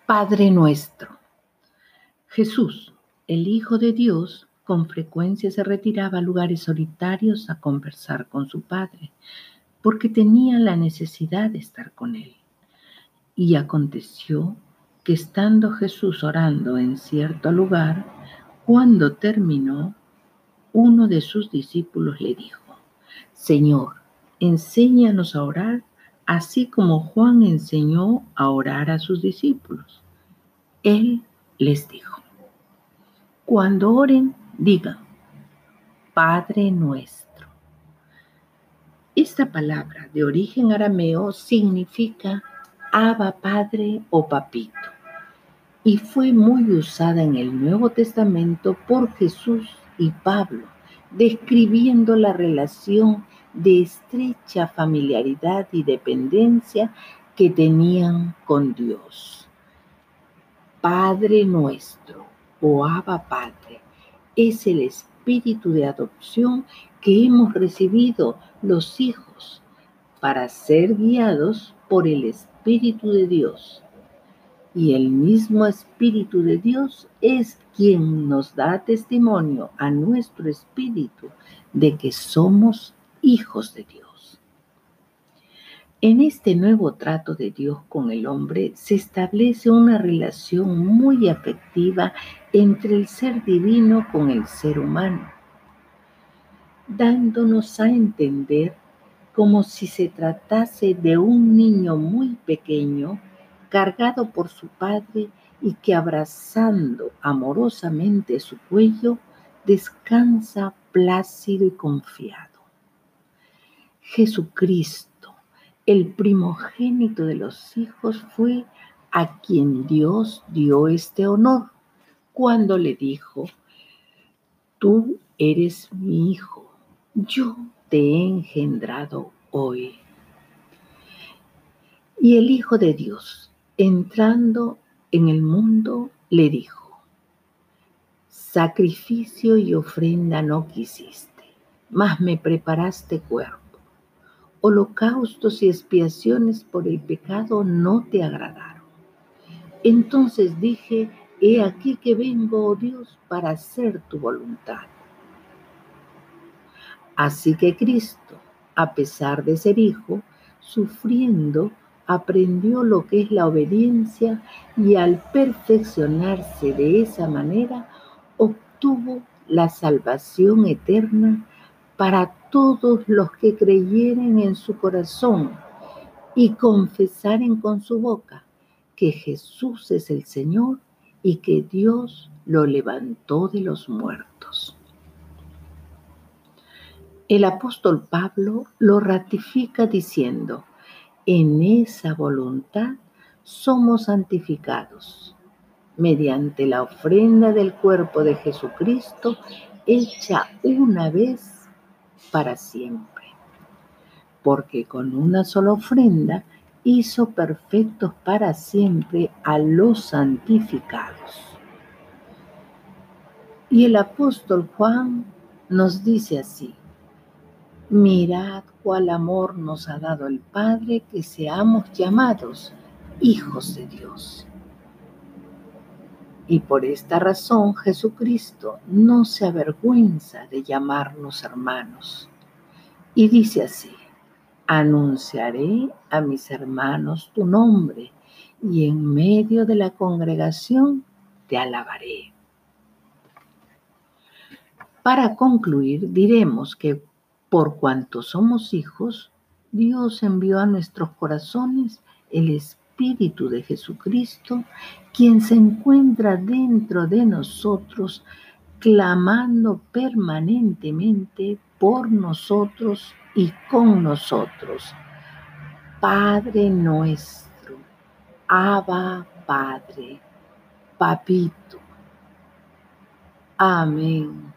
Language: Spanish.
Padre nuestro. Jesús, el Hijo de Dios, con frecuencia se retiraba a lugares solitarios a conversar con su Padre, porque tenía la necesidad de estar con él. Y aconteció que estando Jesús orando en cierto lugar, cuando terminó, uno de sus discípulos le dijo: Señor, enséñanos a orar, así como Juan enseñó a orar a sus discípulos. Él les dijo: Cuando oren, digan: Padre nuestro. Esta palabra de origen arameo significa Abba Padre o Papito, y fue muy usada en el Nuevo Testamento por Jesús y Pablo, describiendo la relación de estrecha familiaridad y dependencia que tenían con Dios. Padre nuestro o Abba Padre es el espíritu de adopción que hemos recibido los hijos para ser guiados por el Espíritu de Dios. Y el mismo Espíritu de Dios es quien nos da testimonio a nuestro espíritu de que somos hijos de Dios. En este nuevo trato de Dios con el hombre se establece una relación muy afectiva entre el ser divino con el ser humano, dándonos a entender como si se tratase de un niño muy pequeño cargado por su padre y que abrazando amorosamente su cuello descansa plácido y confiado. Jesucristo, el primogénito de los hijos, fue a quien Dios dio este honor cuando le dijo: Tú eres mi hijo, yo te he engendrado hoy. Y el Hijo de Dios, entrando en el mundo, le dijo: Sacrificio y ofrenda no quisiste, mas me preparaste cuerpo. Holocaustos y expiaciones por el pecado no te agradaron. Entonces dije: He aquí que vengo, oh Dios, para hacer tu voluntad. Así que Cristo, a pesar de ser hijo, sufriendo, aprendió lo que es la obediencia y al perfeccionarse de esa manera, obtuvo la salvación eterna para todos los que creyeren en su corazón y confesaren con su boca que Jesús es el Señor y que Dios lo levantó de los muertos. El apóstol Pablo lo ratifica diciendo: en esa voluntad somos santificados, mediante la ofrenda del cuerpo de Jesucristo, hecha una vez para siempre. Porque con una sola ofrenda hizo perfectos para siempre a los santificados. Y el apóstol Juan nos dice así: Mirad cuál amor nos ha dado el Padre, que seamos llamados hijos de Dios. Y por esta razón Jesucristo no se avergüenza de llamarnos hermanos. Y dice así: anunciaré a mis hermanos tu nombre, y en medio de la congregación te alabaré. Para concluir, diremos que por cuanto somos hijos, Dios envió a nuestros corazones el Espíritu de Jesucristo, quien se encuentra dentro de nosotros, clamando permanentemente por nosotros y con nosotros. Padre nuestro, Abba Padre, Papito. Amén.